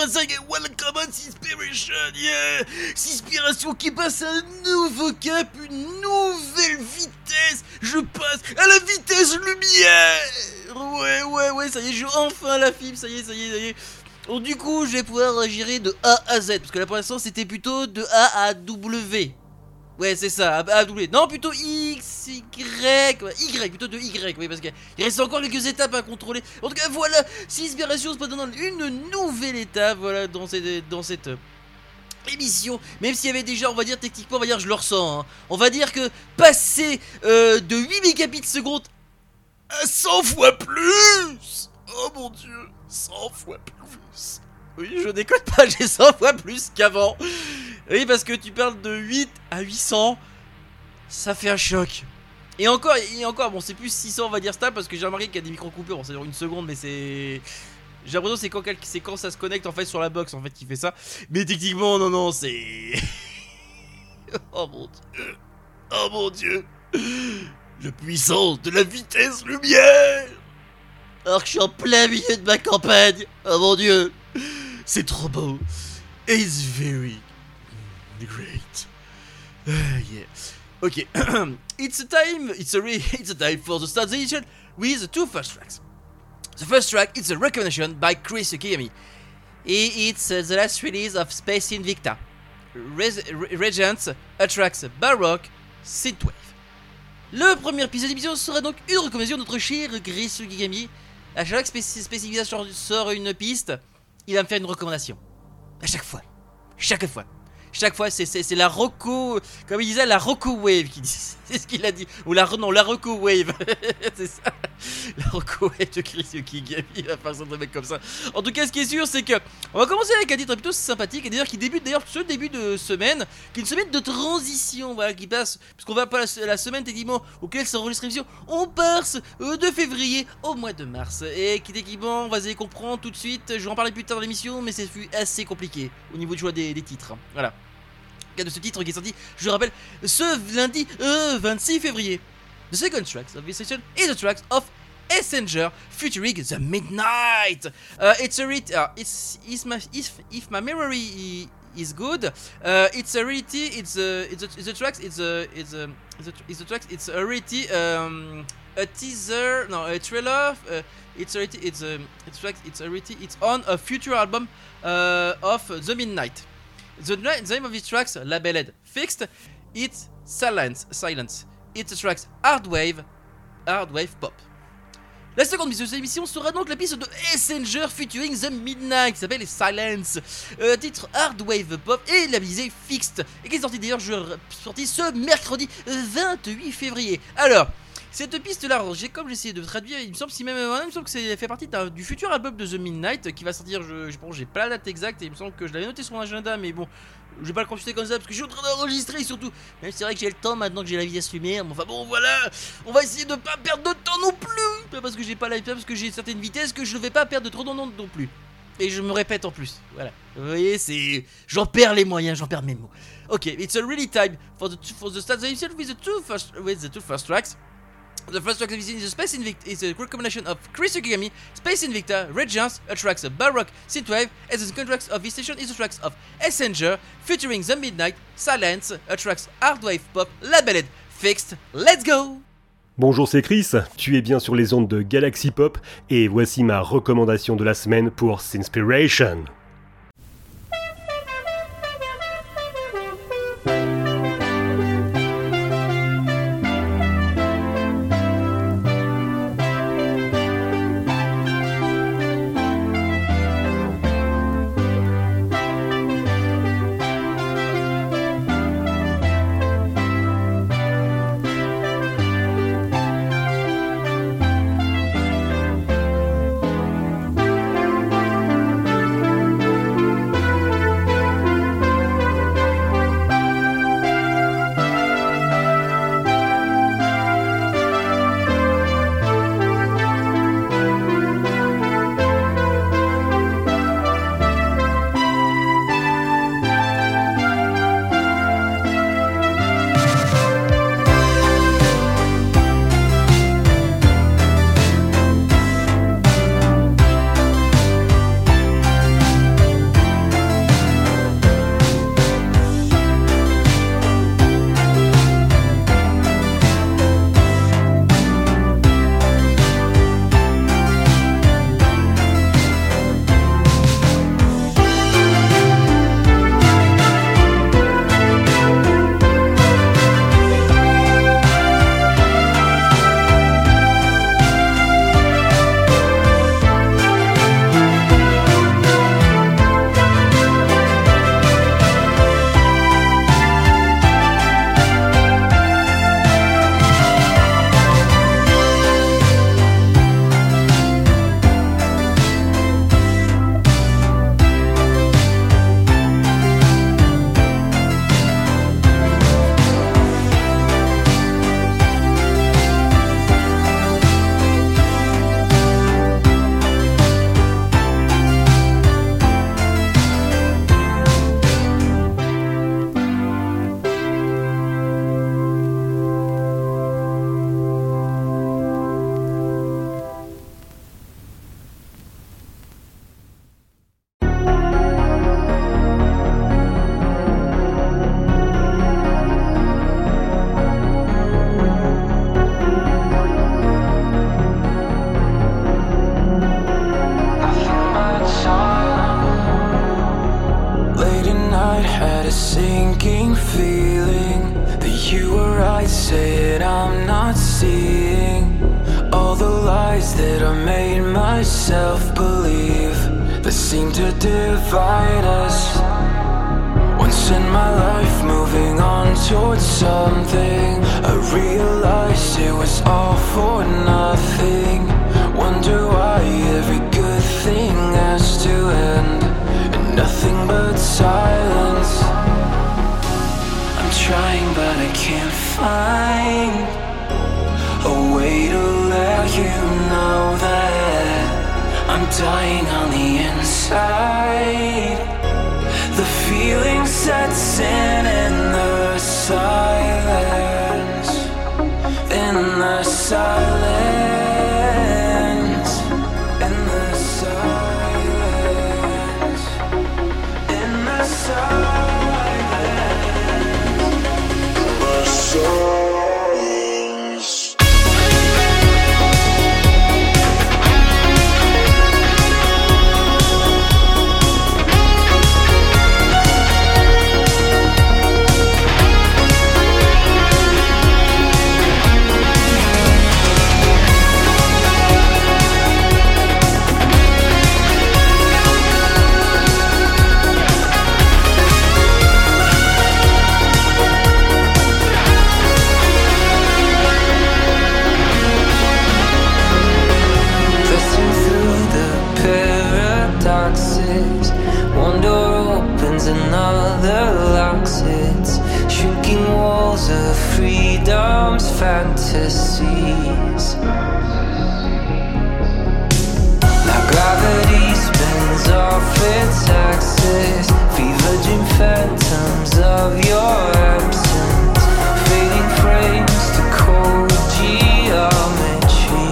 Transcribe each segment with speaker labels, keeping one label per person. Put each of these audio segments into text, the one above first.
Speaker 1: 2025 et welcome on Inspiration, yeah. Inspiration qui passe à un nouveau cap, une nouvelle vitesse. Je passe à la vitesse lumière. Ouais, ça y est, j'ai enfin la fibre, ça y est. Donc du coup, je vais pouvoir gérer de A à Z, parce que là pour l'instant c'était plutôt de A à W. Ouais, c'est ça, A à W. Non, plutôt X, Y, plutôt de Y, oui, parce qu'il reste encore quelques étapes à contrôler. En tout cas, voilà, si Inspiration se passe dans une nouvelle étape, voilà, dans cette émission, même s'il y avait déjà, on va dire, techniquement, je le ressens, hein. On va dire que passer de 8 mégabits seconde à 100 fois plus. Oh mon dieu, 100 fois plus. Oui, je déconne pas, j'ai 100 fois plus qu'avant. Oui, parce que tu parles de 8 à 800, ça fait un choc. Et encore, bon, c'est plus 600, on va dire stable, parce que j'ai remarqué qu'il y a des micro-coupures. Bon, ça dure une seconde, mais c'est... J'ai l'impression que c'est quand ça se connecte en fait sur la box en fait qui fait ça. Mais techniquement, non, c'est... Oh mon dieu. La puissance de la vitesse lumière. Alors que je suis en plein milieu de ma campagne. Oh mon dieu. C'est trop beau. It's very great. Yeah. Okay. It's a time for the start edition with the two first tracks. The first track is a recommendation by Chris Okigami. It's the last release of Space Invicta. Regents attracts Baroque Synthwave. Le premier épisode d'émission sera donc une recommandation de notre cher Chris Okigami. À chaque fois que Space Invicta sort une piste, il va me faire une recommandation. À chaque fois, c'est la Rocco, comme il disait, la Rocco Wave qui dit, c'est ce qu'il a dit, ou la Rocco Wave, c'est ça, la Rocco Wave de Chris Okigami, il va faire ça de mec comme ça. En tout cas, ce qui est sûr, c'est que on va commencer avec un titre plutôt sympathique, et d'ailleurs qui débute ce début de semaine, qui est une semaine de transition, voilà, qui passe, puisqu'on va pas la semaine techniquement auquel s'enregistre l'émission, on passe de février au mois de mars, et qui techniquement, on va essayer de comprendre tout de suite, je vais en parler plus tard dans l'émission, mais c'est assez compliqué au niveau du choix des titres, voilà. De ce titre qui est sorti, je rappelle, ce lundi 26 févririe. The second track of this session is the track of Essenger featuring The Midnight. It's a if my memory is good, it's already it's a track a teaser, no, a trailer. It's on a future album of The Midnight. The name of this track, labeled Fixed, it's Silence. It's a track hard wave pop. La seconde piste de cette émission sera donc la piste de Essenger featuring The Midnight, qui s'appelle Silence, titre hard wave pop et labellisé Fixed, et qui est sorti d'ailleurs ce mercredi 28 février. Alors, cette piste-là, comme j'ai essayé de traduire, il me semble que ça fait partie du futur album de The Midnight qui va sortir, j'ai pas la date exacte et il me semble que je l'avais noté sur mon agenda, mais bon, je vais pas le consulter comme ça parce que je suis en train d'enregistrer surtout. Même c'est vrai que j'ai le temps maintenant que j'ai la vitesse lumière, mais enfin bon voilà, on va essayer de pas perdre de temps non plus, pas parce que j'ai pas la vitesse, parce que j'ai une certaine vitesse que je ne vais pas perdre de trop de temps non plus. Et je me répète en plus, voilà. Vous voyez, j'en perds les moyens, j'en perds mes mots. Ok, it's a really time for the start the episode with the two first tracks. The first track is the Space Invicta, is a recommendation of Chris Okigami, Space Invicta, Regents, a tracks of Baroque Synthwave, and the second track of this station is the tracks of Essenger, featuring The Midnight, Silence, a tracks hardwave pop, labeled Fixed. Let's go!
Speaker 2: Bonjour, c'est Chris, tu es bien sur les ondes de Galaxy Pop, et voici ma recommandation de la semaine pour Sinspiration.
Speaker 3: that I made myself believe, that seemed to divide us. Once in my life, moving on towards something, I realized it was all for nothing. Wonder why every good thing has to end in nothing but silence. I'm trying but I can't find a way to let you know that I'm dying on the inside. The feeling sets in the silence, in the silence, in the silence, in the silence. One door opens, another locks it. Shrinking walls of freedom's fantasies. Now gravity spins off its axis. Fever dream phantoms of your absence. Fading frames to cold geometry.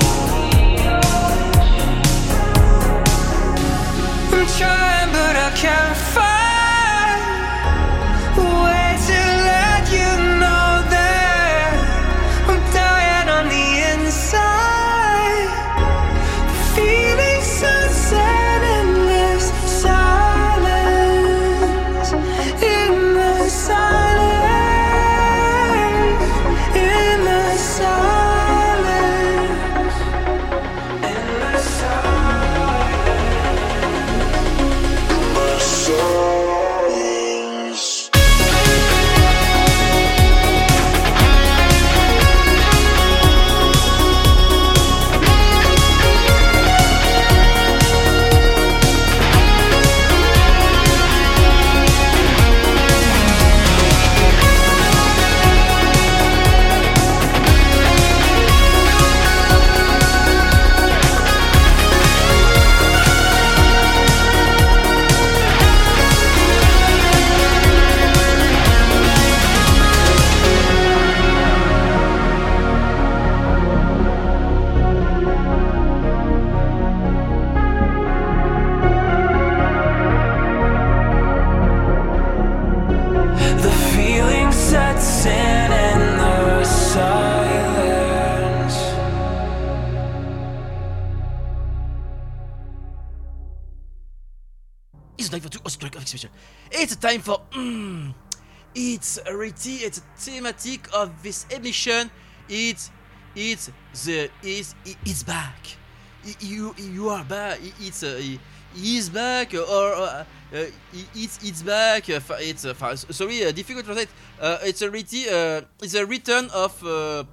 Speaker 3: I'm trying but I can't find a way to let you know that I'm dying on the inside. The feeling's sunset in this silence, in the silence, in the silence, in the silence.
Speaker 1: It's time for it's a thematic of this emission. It's back. You are back. He's back or it's back. It's sorry, difficult to say. It's a return of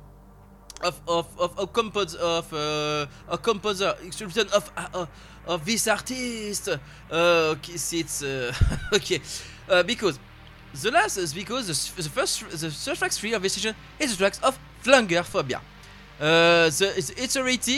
Speaker 1: a composer. It's a return of this artist. Okay, it's okay. Because the first track 3 of this session is the tracks of Flungerphobia. It's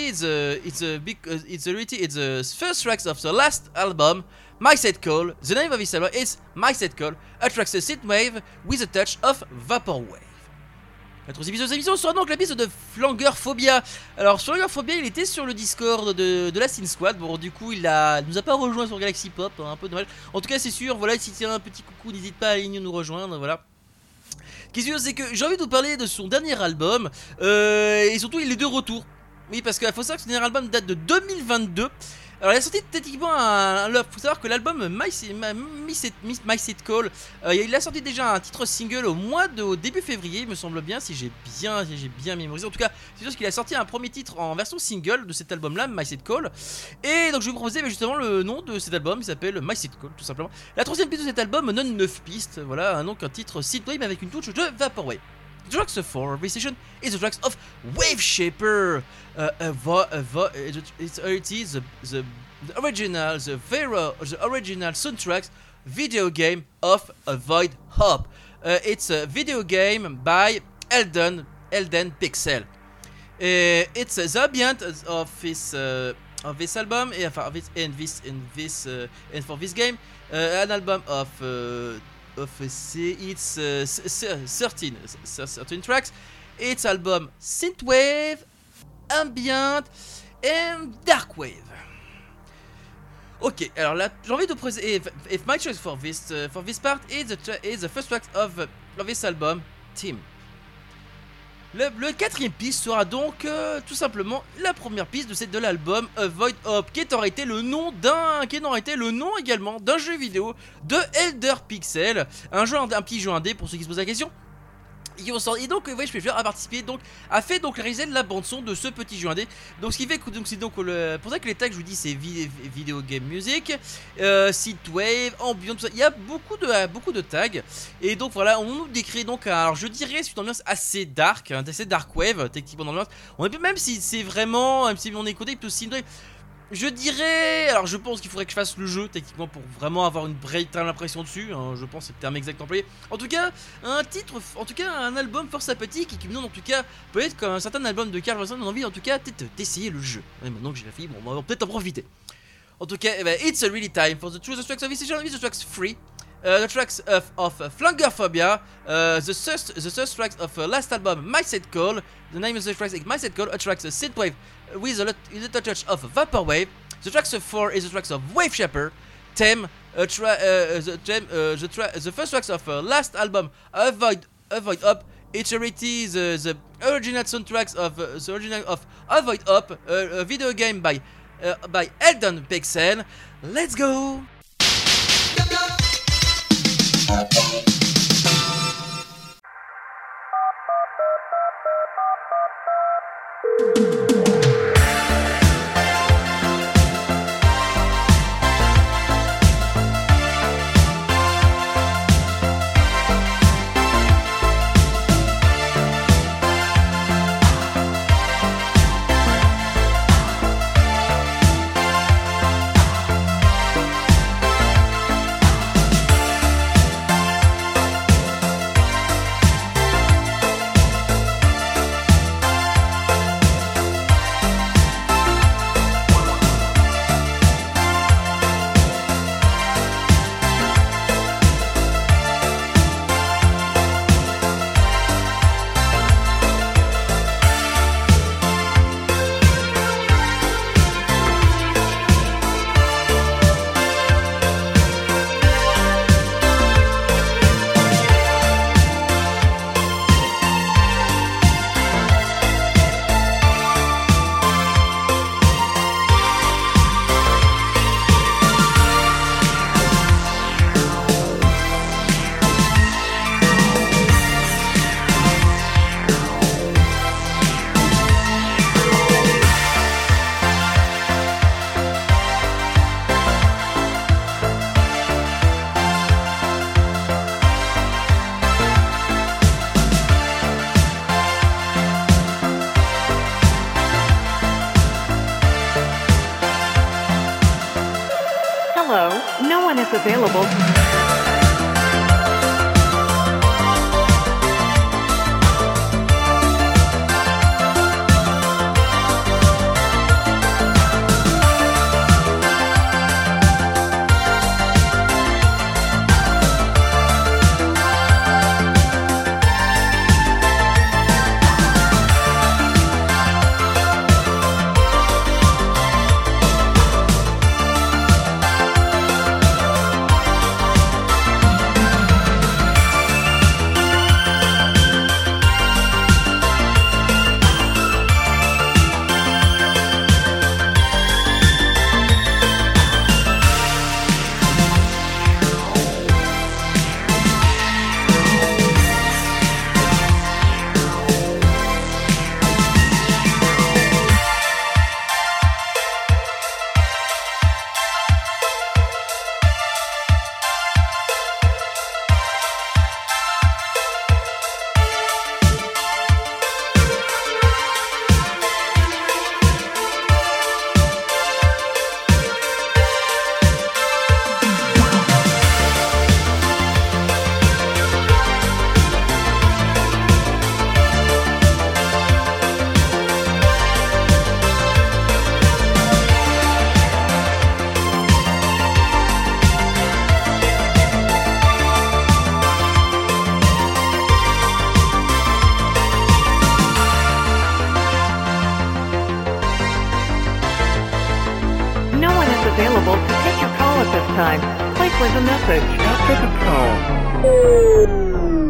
Speaker 1: the first tracks of the last album, My Set Call. The name of this album is My Set Call, attracts a synthwave with a touch of vaporwave. La troisième épisode de l'émission sera donc la piste de Flungerphobia. Alors Flungerphobia, il était sur le Discord de la Synth Squad. Bon, du coup il nous a pas rejoint sur Galaxy Pop, un peu dommage. En tout cas c'est sûr, voilà, si tu as un petit coucou, n'hésite pas à aller nous rejoindre, voilà. Qu'est-ce que c'est que j'ai envie de vous parler de son dernier album, et surtout il est de retour. Oui, parce qu'il faut savoir que ce dernier album date de 2022. Alors, il a sorti techniquement faut savoir que l'album My Seat Call, il a sorti déjà un titre single au début février, il me semble bien, si j'ai bien mémorisé. En tout cas, c'est sûr qu'il a sorti un premier titre en version single de cet album-là, My Seat Call. Et donc, je vais vous proposer justement le nom de cet album, il s'appelle My Seat Call, tout simplement. La troisième piste de cet album donne 9 pistes, voilà, donc un titre synthwave avec une touche de vaporwave. The tracks for this session is the tracks of Wave Shaper. It is the original soundtrack video game of Void Hop. It's a video game by Elden Pixel. It's the ambient of this album and for this game, an album of it's 13 tracks. It's album synthwave, ambient and darkwave. Ok, alors là, j'ai envie de présenter. If my choice for this part is the first track of this album, Team. Le quatrième piste sera donc tout simplement la première piste de l'album Void Hop, qui aurait été le nom également d'un jeu vidéo de Elder Pixel, un petit jeu indé pour ceux qui se posent la question. Et donc Wave Shaper a participé a fait réaliser la bande son de ce petit jeu indé. Donc ce qui fait que c'est pour ça que les tags, je vous dis, c'est video game music, synthwave, ambient, tout ça. Il y a beaucoup de tags. Et donc voilà, on nous décrit donc, alors je dirais, c'est une ambiance assez dark, assez dark wave techniquement dans l'ambiance. Même si c'est vraiment, même si on est côté plutôt synthwave, je dirais, alors je pense qu'il faudrait que je fasse le jeu techniquement pour vraiment avoir une vraie impression dessus, hein, je pense que c'est le terme exact employé. En tout cas, un album fort sympathique et qui me donne en tout cas, peut-être qu'un certain album de Carl Wilson donne envie en tout cas peut-être d'essayer le jeu. Et maintenant que j'ai la fille, on va peut-être en profiter. En tout cas, it's a really time for the tracks of this season, the tracks free. The tracks of Flangerphobia, the first tracks of last album, My Set Call. The name of the tracks is My Set Call, a tracks synthwave with a little touch of vaporwave. The tracks of 4 is the tracks of Wave Shaper. The first tracks of last album, Avoid Up. It's already the original soundtracks of Avoid Up, a video game by Elden Pixel. Let's go.
Speaker 4: Available. time, please leave a message after the tone.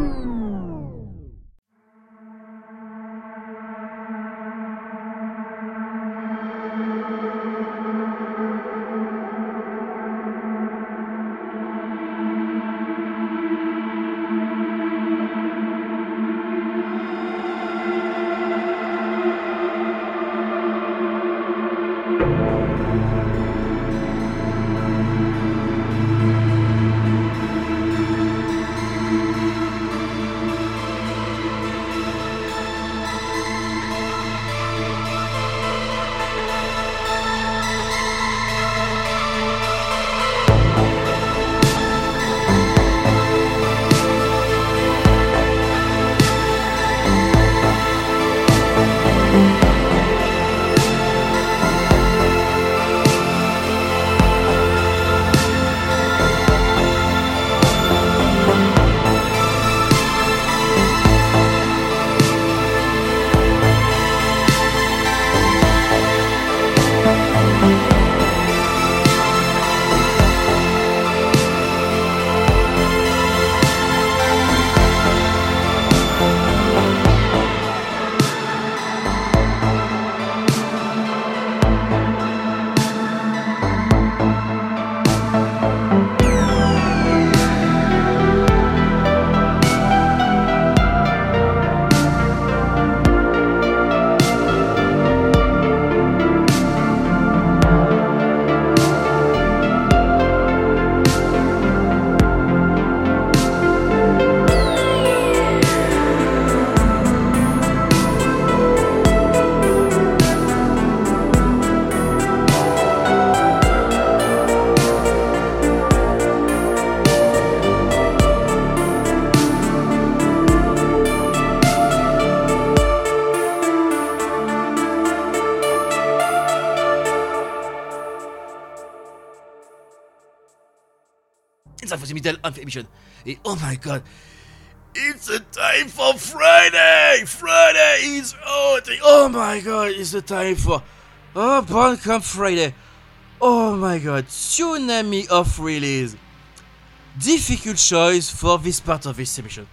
Speaker 1: It's time for the middle of emission. Et oh my god, it's the time for Friday! Friday is oh my god, it's the time for Bandcamp Friday. Oh my god, tsunami of release. Difficult choice for this part of this emission.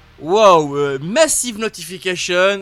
Speaker 1: Wow, massive notification.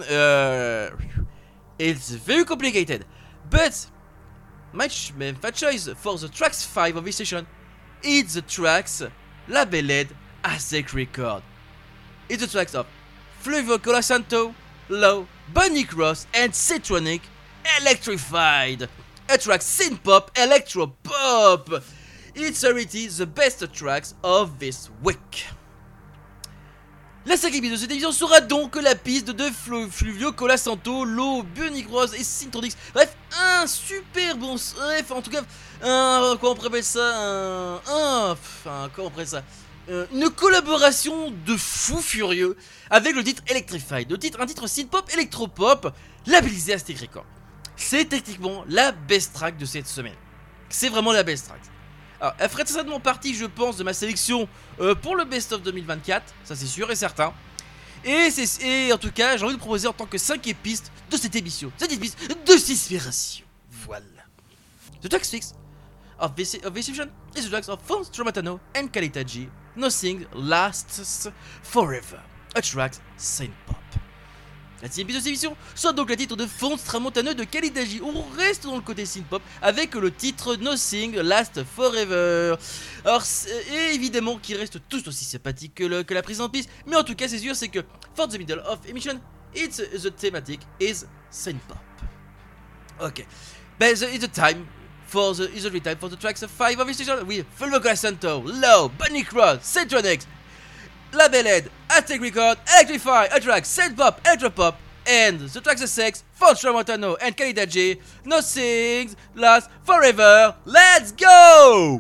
Speaker 1: It's very complicated. But my choice for the tracks 5 of this session is the tracks labeled Aztec Record. It's the tracks of Fluvio Colasanto, Low, Bunny Cross, and Citronic Electrified. A track synth-pop, electro-pop. It's already the best tracks of this week. La cinquième piste de cette émission sera donc la piste de Fluvio Colasanto, Low, Bunny Cross et Citronic. Bref, un super bon... Bref, en tout cas, comment on appelle ça comment on appelle ça une collaboration de fou furieux avec le titre Electrified. Un titre synth-pop, électro-pop, labellisé Aztec Record. C'est techniquement la best track de cette semaine. C'est vraiment la best track. Alors, elle ferait certainement partie, je pense, de ma sélection pour le Best of 2024, ça c'est sûr et certain. Et en tout cas, j'ai envie de proposer en tant que 5e piste de cette émission, cette piste de Cispiration. Voilà. The tracks 6 of this session is the tracks of Fons Tramontano and Kalita G. Nothing Lasts Forever, a track synth-pop. La 10e piste de cette émission sera donc le titre de Fons Tramontano de Kalita G. On reste dans le côté synth-pop avec le titre Nothing Lasts Forever. Alors, et évidemment, qui reste tout aussi sympathique que la prise en piste. Mais en tout cas, c'est sûr, c'est que for the middle of emission, the thematic is synth-pop. Ok. But it's the time for the tracks 5 of this station with Fluvio Colasanto, Low, Bunny Cross, Citronic, labeled Aztec Record, Electrify, a track synth-pop, electro-pop, and the tracks 6 Fons Tramontano and Kalita G. Nothing Lasts Forever. Let's go!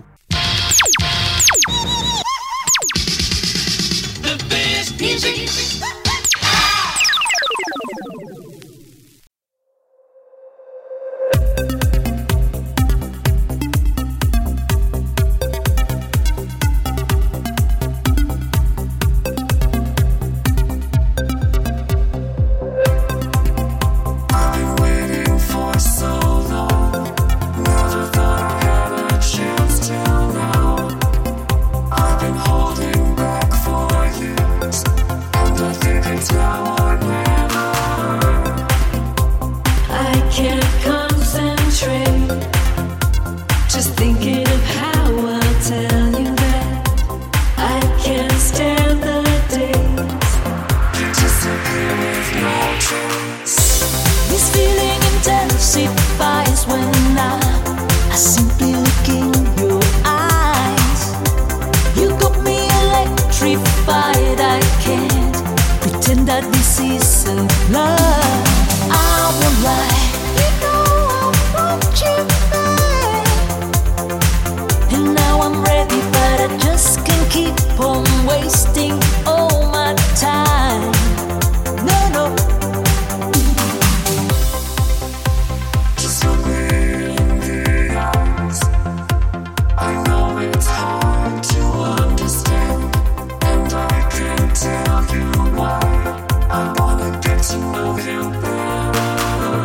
Speaker 5: The best music.
Speaker 3: So long, never thought I had a chance till now.
Speaker 6: can't concentrate. Just thinking of how I'll tell you that I can't stand the days. Disappear with no trace. This feeling intensifies when I simply look in your eyes. You got me electrified. I can't pretend that this isn't love. I won't lie. You know I want you back. And now I'm ready, but I just can't keep on wasting all my time. No, no. Just look me in the eyes. I know it's hard to understand, and I can't tell you why. I wanna get to know you better.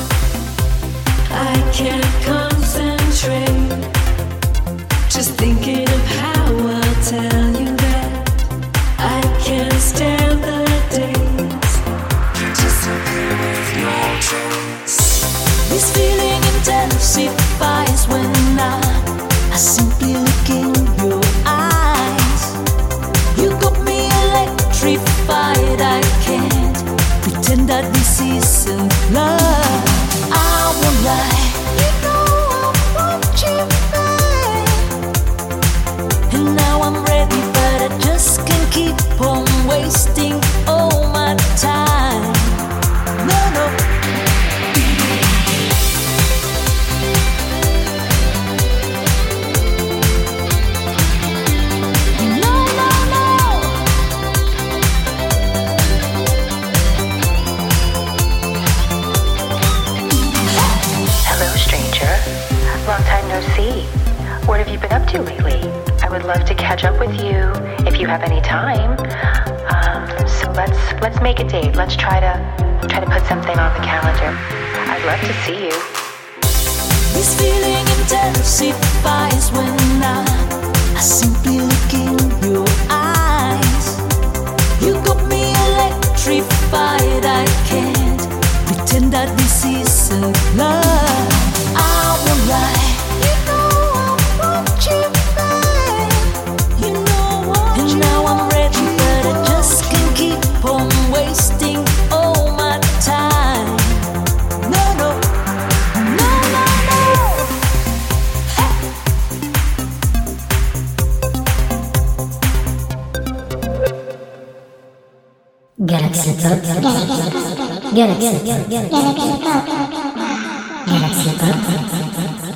Speaker 6: I can't concentrate. Just thinking of how I'll tell you that I can't stand the days. Disappear with no trace. This feeling intensifies when I simply look in your eyes. You got me electrified. I can't pretend that this isn't love. I won't lie. You know I want you back. And now I'm ready, but I just can't keep on wasting all my time. No, no. No, no, no.
Speaker 7: Hello, stranger. Long time no see. What have you been up to lately? I would love to catch up with you if you have any time. So let's make a date. Let's try to put something on the calendar. I'd love to see you.
Speaker 6: This feeling intensifies when I simply look in your eyes. You got me electrified. I can't pretend that this isn't love. I won't lie. You know I want you back. You know I want you. And now I'm ready, but I just can't keep on wasting all my time. No, no. No, no, no. Hey.
Speaker 8: Galaxy Pop. Galaxy Pop.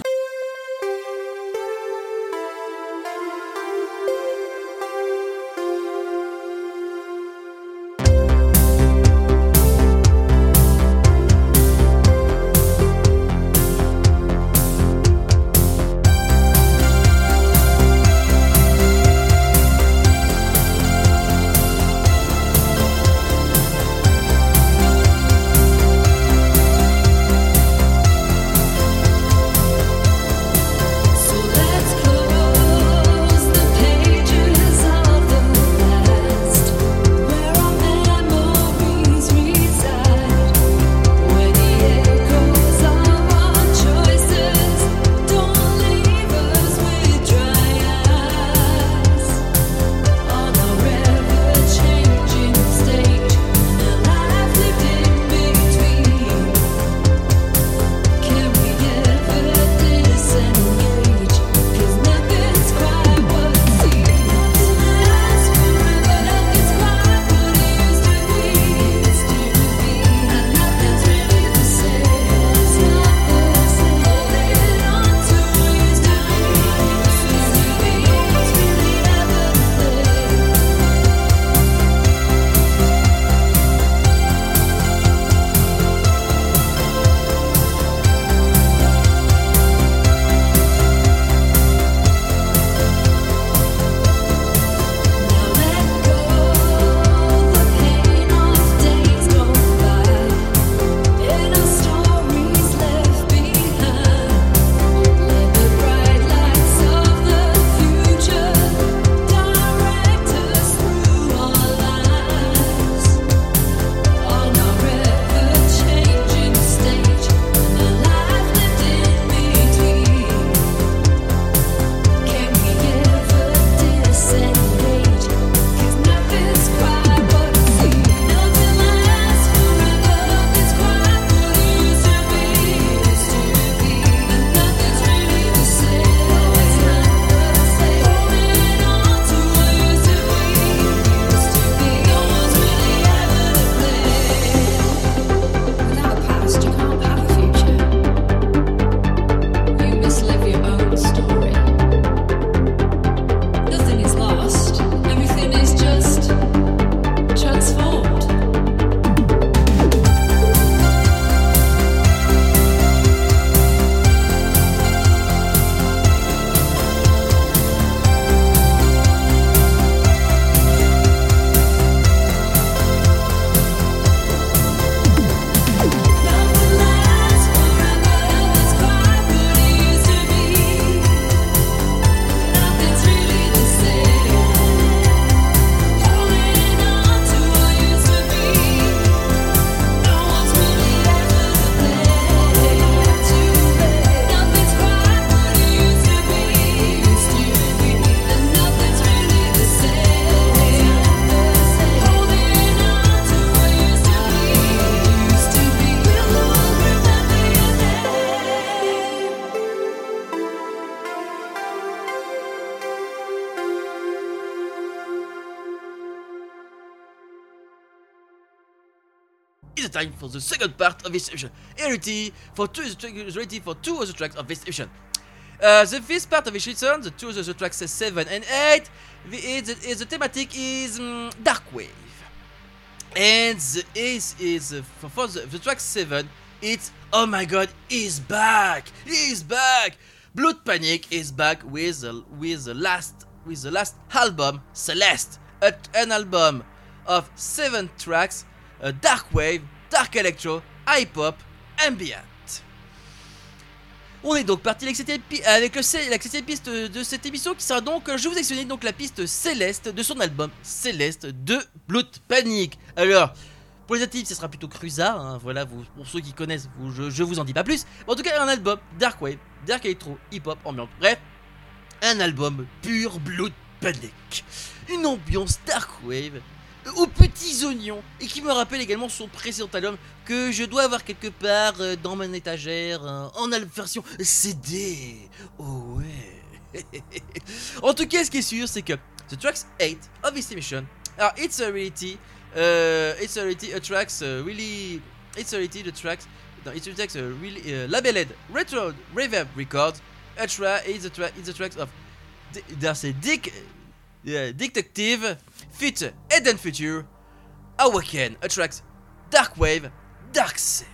Speaker 1: it's time for the second part of this emission. Reality for two other tracks of this emission. The first part of this emission, the two other tracks 7 and 8, the thematic is dark wave. And for the track 7, it's oh my god, he's back! Blood Panic is back with the last album, Celeste, an album of 7 tracks, dark wave, dark electro, hip hop, ambient. On est donc parti avec la 7ème piste de cette émission qui sera donc, je vous ai sélectionné donc la piste Céleste de son album Céleste de Blood Panic. Alors, pour les actifs, ce sera plutôt Cruza, hein, voilà, pour ceux qui connaissent, je vous en dis pas plus. Mais en tout cas, un album dark wave, dark electro, hip hop, ambiance, bref, un album pur Blood Panic. Une ambiance dark wave aux petits oignons et qui me rappelle également son précédent album que je dois avoir quelque part dans mon étagère en version CD. Oh ouais. En tout cas, ce qui est sûr, c'est que the tracks 8 of this emission are it's already the tracks really labeled Retro Reverb Records. It's the tracks of there's a Detective, Fit, Eden Future, Awaken, Attracts, Dark Wave, Dark Set.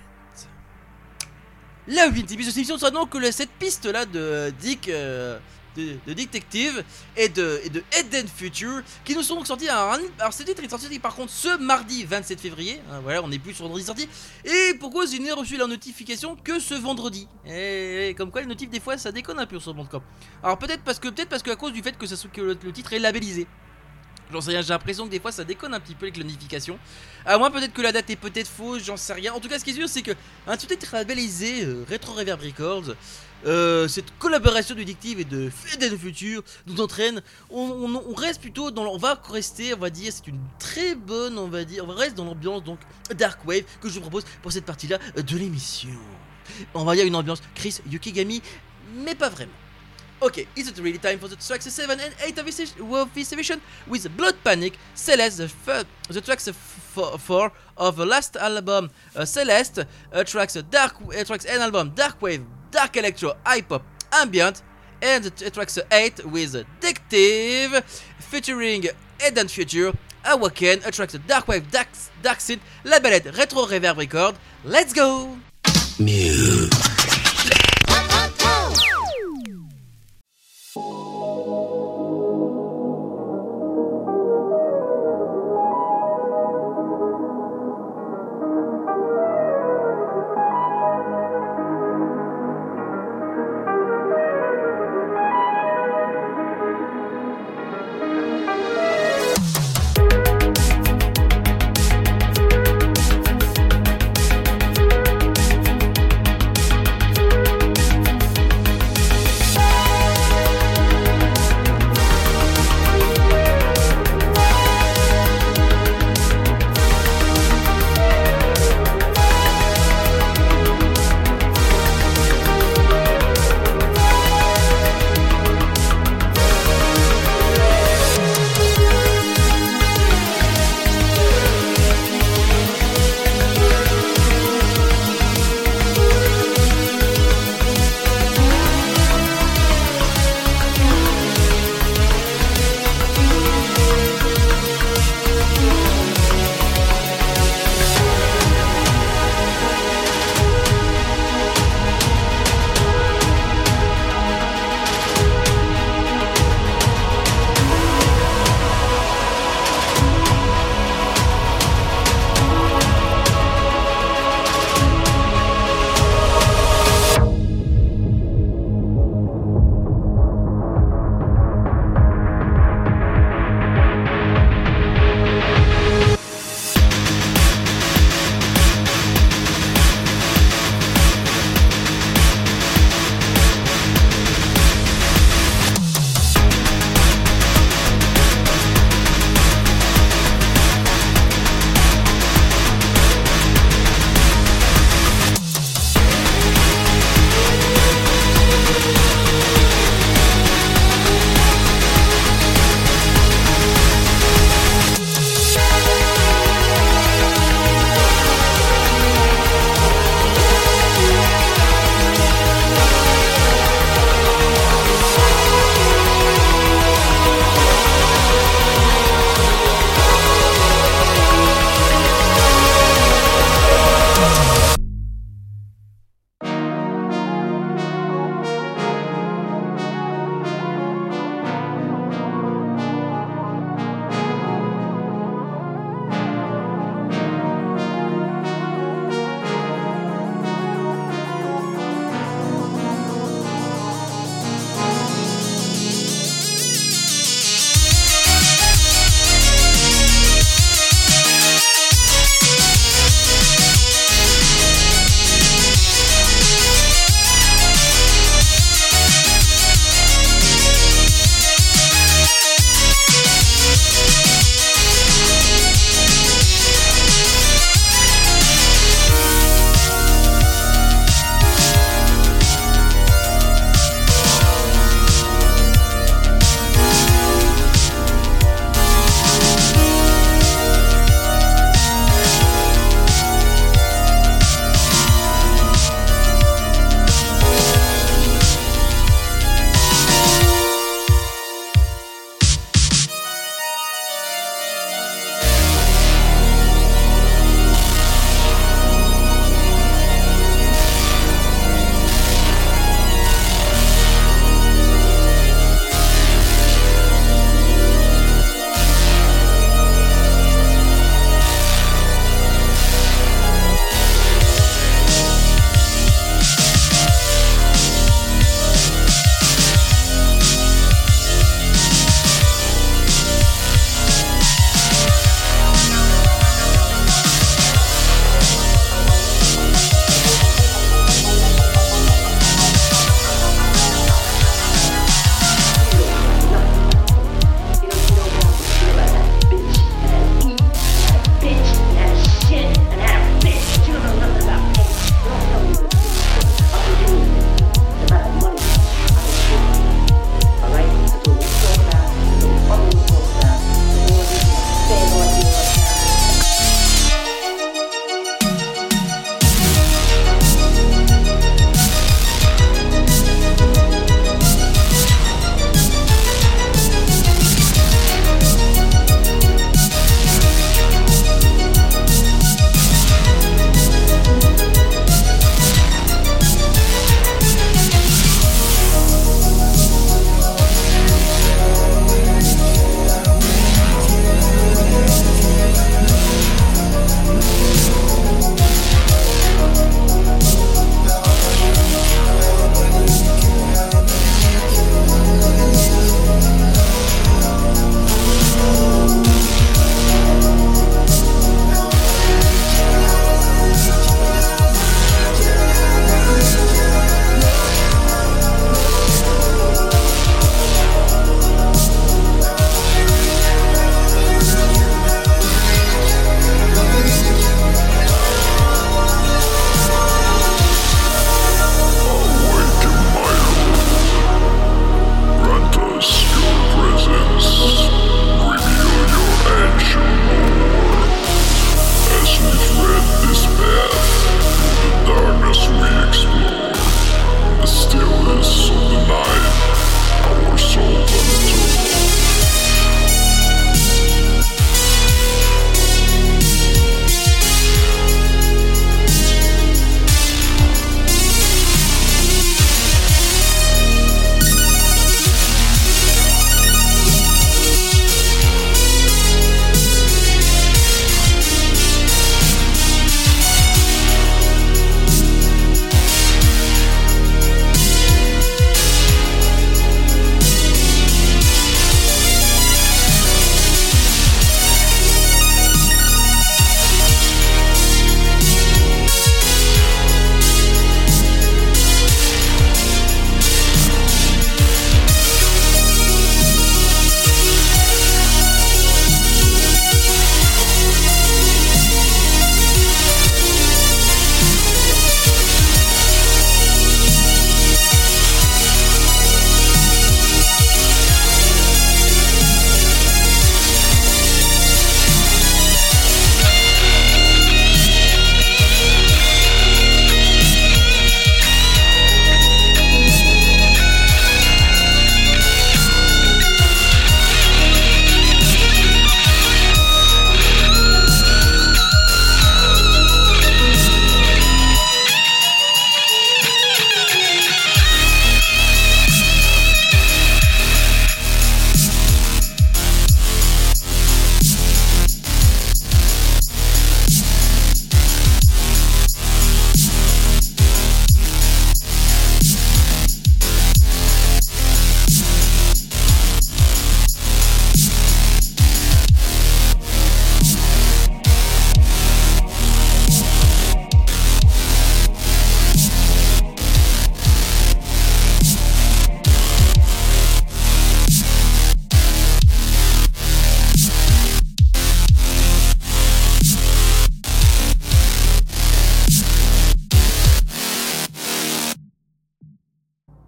Speaker 1: La 8ème piste de cette émission sera donc cette piste là de Detective et de Eden Future qui nous sont donc sortis. Alors ce titre est sorti par contre ce mardi 27 février, hein, voilà, on n'est plus sur vendredi sorti. Et pourquoi je n'ai reçu la notification que ce vendredi. Et comme quoi les notifs des fois ça déconne un peu sur le Bandcamp. Alors peut-être parce que à cause du fait que le titre est labellisé. J'en sais rien, j'ai l'impression que des fois ça déconne un petit peu avec la notification. À moins peut-être que la date est peut-être fausse, j'en sais rien. En tout cas, ce qui est sûr, c'est que un titre labellisé Retro Reverb Records, cette collaboration de Detective et de Eden Future nous entraîne. On reste plutôt on va dire, c'est une très bonne, on reste dans l'ambiance donc Dark Wave que je vous propose pour cette partie-là de l'émission. On va dire une ambiance Chris Yukigami, mais pas vraiment. Okay, is it really time for the tracks 7 and 8 of this edition with Blood Panic, Celeste, the tracks 4 of the last album Celeste, tracks and album Dark Wave, Dark Electro, Hip Hop, Ambient, and the tracks 8 with Detective featuring Eden Future, Awaken, tracks Dark Wave, Dark Synth, labeled Retro Reverb Record. Let's go!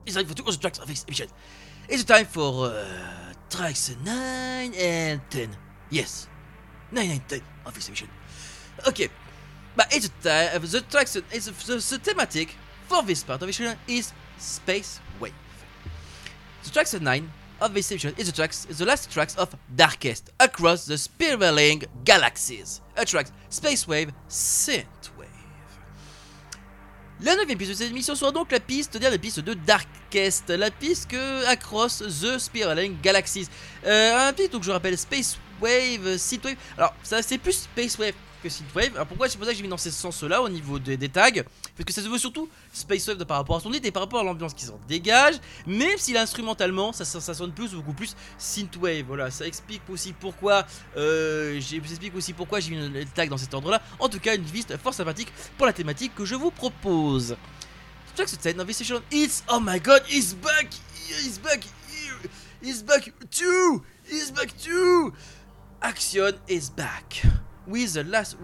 Speaker 1: It's time for 2 other tracks of this emission. It's time for tracks 9 and 10. Yes, 9 and 10 of this emission. Okay, but it's time. The tracks, the thematic for this part of the emission is Space Wave. The tracks 9 of this emission is the last tracks of Darkest Across the Spiraling Galaxies. A track Space Wave Synthwave. La 9ème piste de cette émission sera donc la dernière piste de Darkest, la piste que Across the Spiraling Galaxies. Un piste donc je rappelle Space Wave, Synthwave. Alors ça c'est plus Space Wave que Synthwave. Alors pourquoi c'est pour ça que j'ai mis dans ce sens-là au niveau des tags, parce que ça se veut surtout Space Wave par rapport à son titre et par rapport à l'ambiance qui s'en dégage, même si instrumentalement ça sonne beaucoup plus Synthwave. Voilà, ça explique aussi pourquoi j'ai mis les tags dans cet ordre-là. En tout cas, une liste fort sympathique pour la thématique que je vous propose. Track 10 of this session, it's oh my god, he's back, he's back, he's back too. Action is back. With the last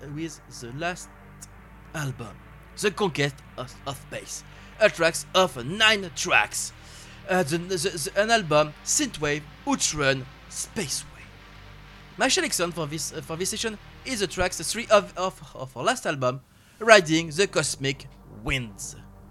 Speaker 1: album, The Conquest of Space, a tracks of 9 tracks. An album Synthwave Outrun Space Wave. My selection for this session is the tracks 3 of our last album, Riding the Cosmic Winds.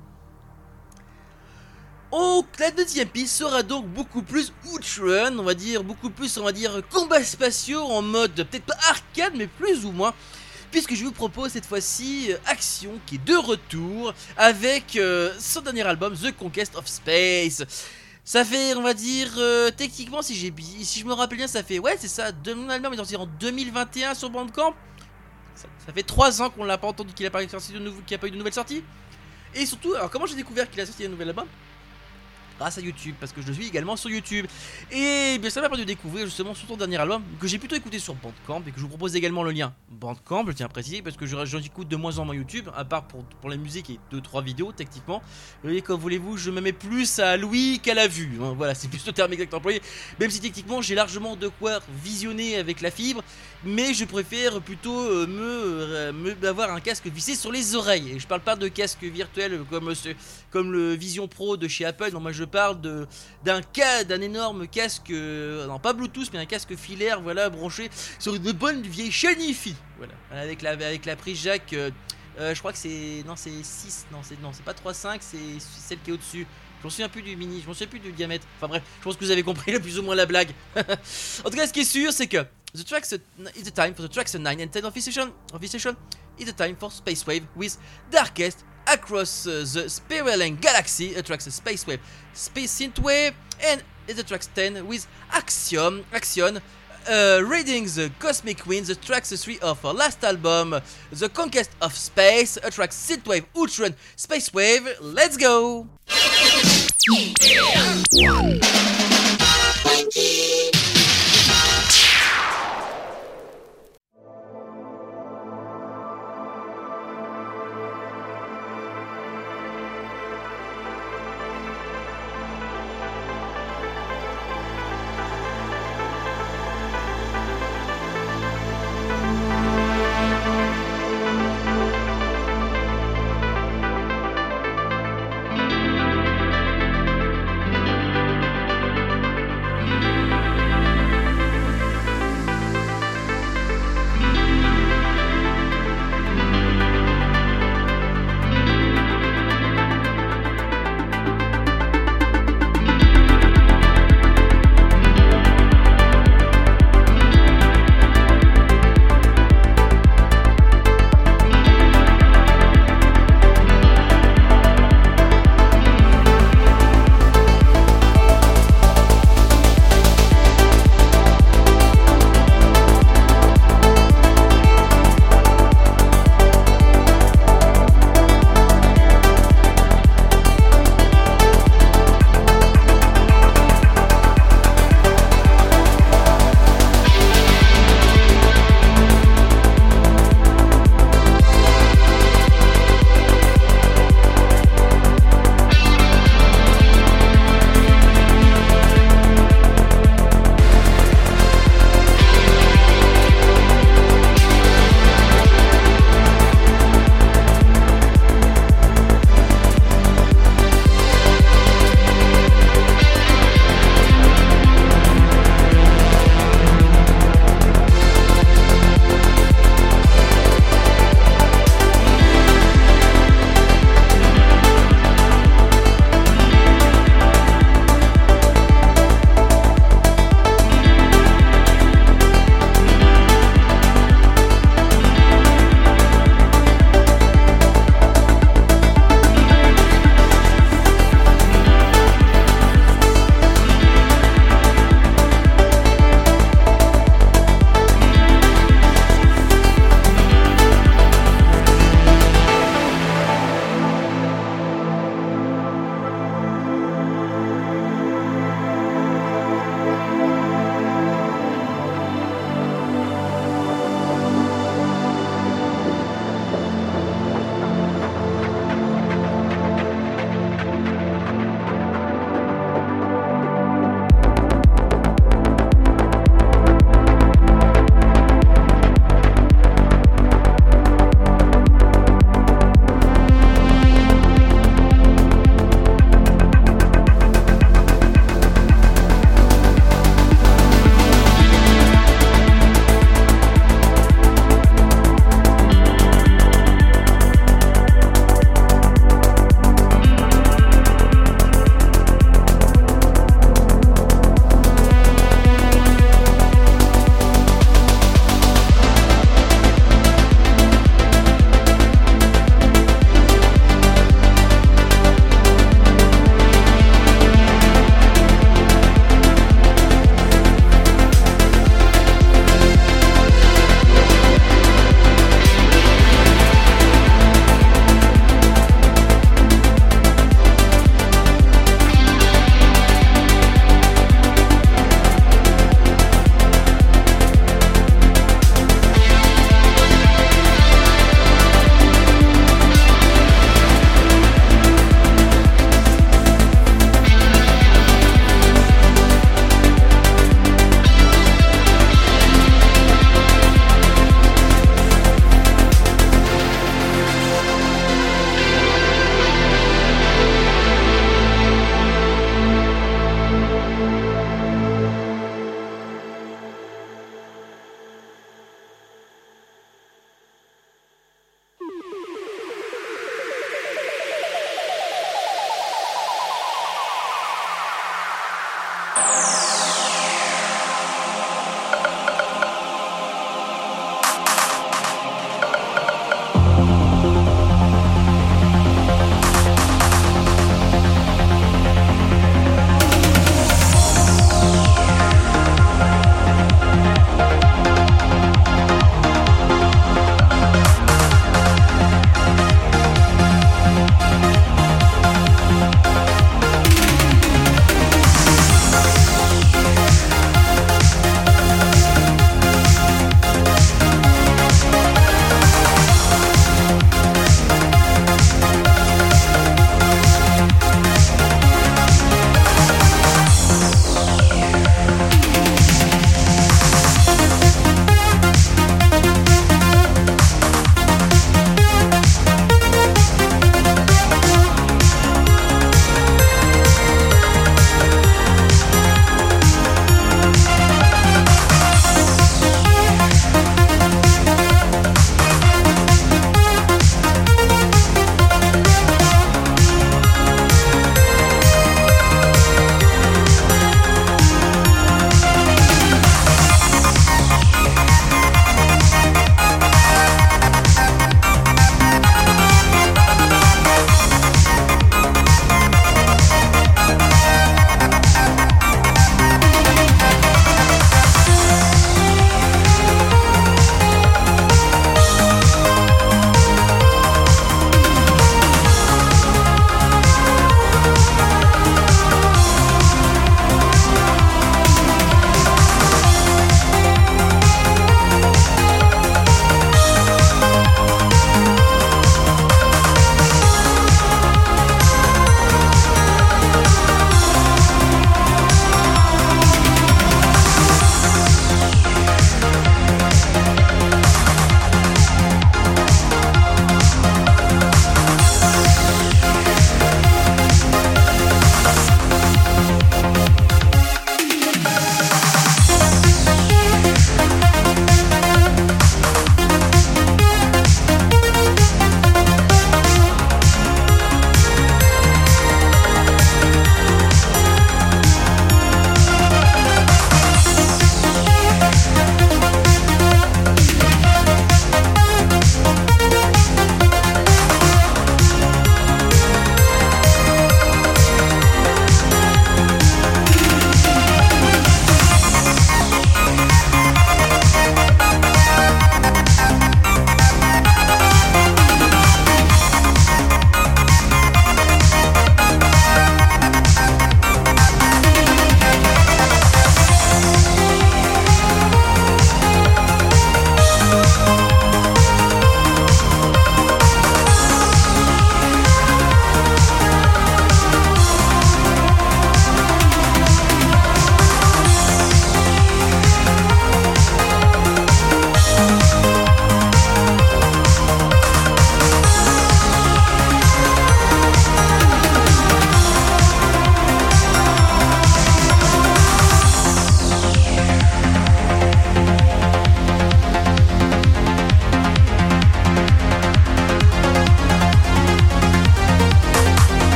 Speaker 1: La deuxième piste sera donc beaucoup plus outrun, on va dire combat spatiaux en mode peut-être pas arcade mais plus ou moins, puisque je vous propose cette fois-ci Action qui est de retour avec son dernier album The Conquest of Space. Ça fait, on va dire, techniquement si je me rappelle bien, ça fait, ouais c'est ça, l'album est sorti en 2021 sur Bandcamp. Ça fait 3 ans qu'on l'a pas entendu, qu'il n'a pas eu de nouvelle sortie. Et surtout, alors comment j'ai découvert qu'il a sorti un nouvel album ? Grâce à YouTube, parce que je le suis également sur YouTube. Et bien ça m'a permis de découvrir justement son dernier album, que j'ai plutôt écouté sur Bandcamp, et que je vous propose également le lien Bandcamp, je tiens à préciser, parce que j'en écoute de moins en moins YouTube, à part pour la musique et 2-3 vidéos techniquement. Et comme voulez-vous, je me mets plus à l'ouïe qu'à la vue, hein. Voilà, c'est plus le terme exact employé, même si techniquement j'ai largement de quoi visionner avec la fibre, mais je préfère plutôt avoir un casque vissé sur les oreilles. Et je parle pas de casque virtuel comme le Vision Pro de chez Apple, non, moi je parle d'un énorme casque, non pas Bluetooth mais un casque filaire, voilà, branché sur une bonne vieille chaîne Hi-Fi, voilà, avec la prise jack, je crois que c'est 6, non c'est pas 3.5, c'est celle qui est au-dessus. Je m'en souviens plus du mini, je m'en souviens plus du diamètre. Enfin bref, je pense que vous avez compris plus ou moins la blague. En tout cas, ce qui est sûr, c'est que the tracks is the time for the tracks 9 and 10 of this session. Is the time for Space Wave with Darkest Across the Spiraling Galaxy, a tracks Space Wave, Space Synthwave, and the tracks 10 with Action, Reading the Cosmic Winds, the tracks 3 of our last album, The Conquest of Space, a tracks Synthwave, Outrun, Space Wave. Let's go!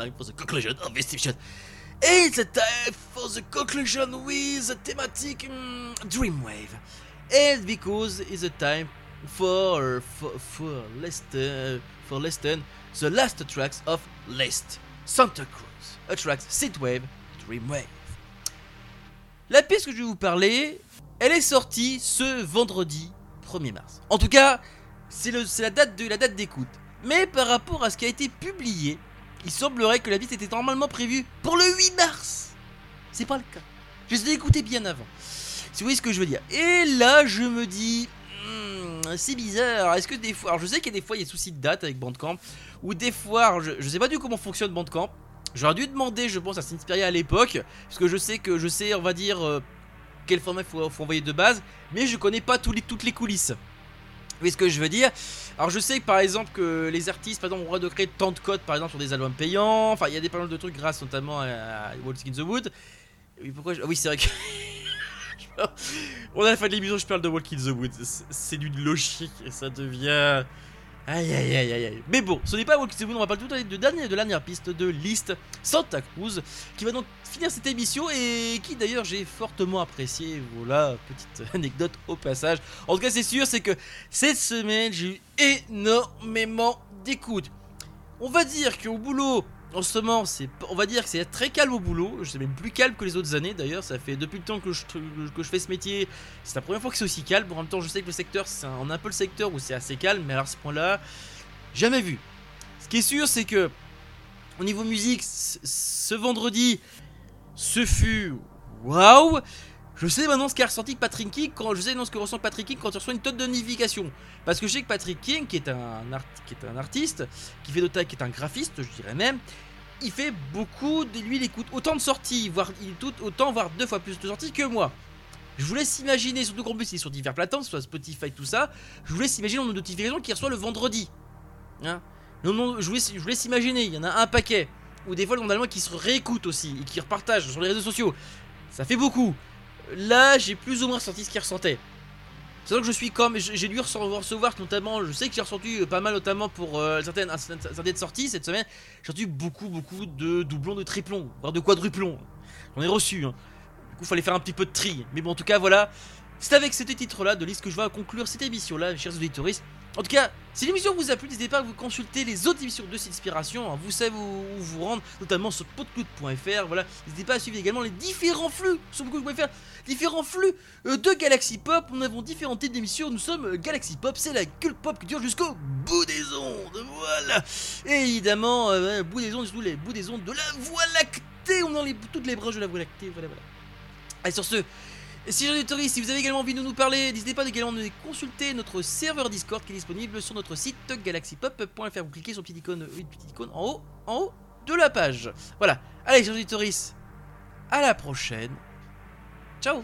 Speaker 1: time for the conclusion of this episode. It's a time for the conclusion with the thematic Dreamwave. And because it's a time for listen the last tracks of List, Santa Cruz, a track Synthwave, Dreamwave. La piste que je vais vous parler, elle est sortie ce vendredi 1er mars. En tout cas, c'est la date d'écoute. Mais par rapport à ce qui a été publié, il semblerait que la piste était normalement prévue pour le 8 mars. C'est pas le cas. Je l'ai écouté bien avant. Si vous voyez ce que je veux dire. Et là, je me dis, c'est bizarre. Est-ce que des fois, alors je sais qu'il y a des fois il y a soucis de date avec Bandcamp, ou des fois, alors je sais pas du tout comment fonctionne Bandcamp. J'aurais dû demander, je pense, à Synspiria à l'époque, parce que je sais, on va dire, quel format il faut envoyer de base, mais je connais pas toutes les coulisses. Vous voyez ce que je veux dire? Alors je sais que par exemple que les artistes par exemple ont le droit de créer tant de codes par exemple sur des albums payants. Enfin il y a des pas mal de trucs grâce notamment à Walking in the Wood. Oui pourquoi oui c'est vrai que on a la fin de l'émission je parle de Walking in the Wood. C'est d'une logique et ça devient aïe. Mais bon, ce n'est pas Walking in the Wood, on va parler tout de la dernière piste de List, Santa Cruz, qui va donc finir cette émission et qui d'ailleurs j'ai fortement apprécié. Voilà, petite anecdote au passage. En tout cas c'est sûr, c'est que cette semaine j'ai eu énormément d'écoute. On va dire qu'au boulot, en ce moment, on va dire que c'est très calme au boulot. C'est même plus calme que les autres années d'ailleurs. Ça fait depuis le temps que je fais ce métier. C'est la première fois que c'est aussi calme. En même temps, je sais que le secteur, on a un peu le secteur où c'est assez calme. Mais alors à ce point-là, jamais vu. Ce qui est sûr, c'est que au niveau musique, ce vendredi, ce fut waouh. Je sais maintenant ce qu'a ressenti Patrick King quand ce que ressent Patrick King quand il reçoit une tonne de notifications. Parce que je sais que Patrick King, qui est un artiste, qui est un graphiste, je dirais même, il fait beaucoup de lui, il écoute autant de sorties, voire 2 fois plus de sorties que moi. Je vous laisse imaginer, surtout qu'en plus il est sur divers plateformes, soit Spotify, tout ça. Je vous laisse imaginer le nombre de notifications qu'il reçoit le vendredi. Hein, je vous laisse imaginer, il y en a un paquet. Ou des fois, normalement, qui se réécoutent aussi et qui repartagent sur les réseaux sociaux. Ça fait beaucoup. Là, j'ai plus ou moins ressenti ce qu'il ressentait. C'est vrai que je suis comme. J'ai dû recevoir notamment. Je sais que j'ai ressenti pas mal, notamment pour certaines sorties cette semaine. J'ai reçu beaucoup de doublons, de triplons, voire de quadruplons. J'en ai reçu. Hein. Du coup, il fallait faire un petit peu de tri. Mais bon, en tout cas, voilà. C'est avec ce titre-là de List que je vais conclure cette émission-là, chers auditeurs. En tout cas, si l'émission vous a plu, n'hésitez pas à vous consulter les autres émissions de Synspiration. Vous savez où vous rendre, notamment sur podcloud.fr. Voilà, n'hésitez pas à suivre également les différents flux sur podcloud.fr, différents flux de Galaxy Pop. Nous avons différents types d'émissions. Nous sommes Galaxy Pop, c'est la culte pop qui dure jusqu'au bout des ondes. Voilà. Et évidemment, bout des ondes, surtout les bouts des ondes de la Voie lactée. On est dans toutes les branches de la Voie lactée. Voilà. Allez, sur ce. Si vous avez également envie de nous parler, n'hésitez pas également à consulter notre serveur Discord qui est disponible sur notre site galaxypop.fr. Vous cliquez sur une petite icône en haut de la page. Voilà. Allez, chers auditeurs, à la prochaine. Ciao.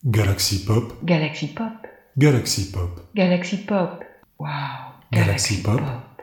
Speaker 9: Galaxy Pop,
Speaker 10: Galaxy Pop,
Speaker 9: Galaxy Pop,
Speaker 10: Galaxy Pop. Wow.
Speaker 9: Galaxy Pop.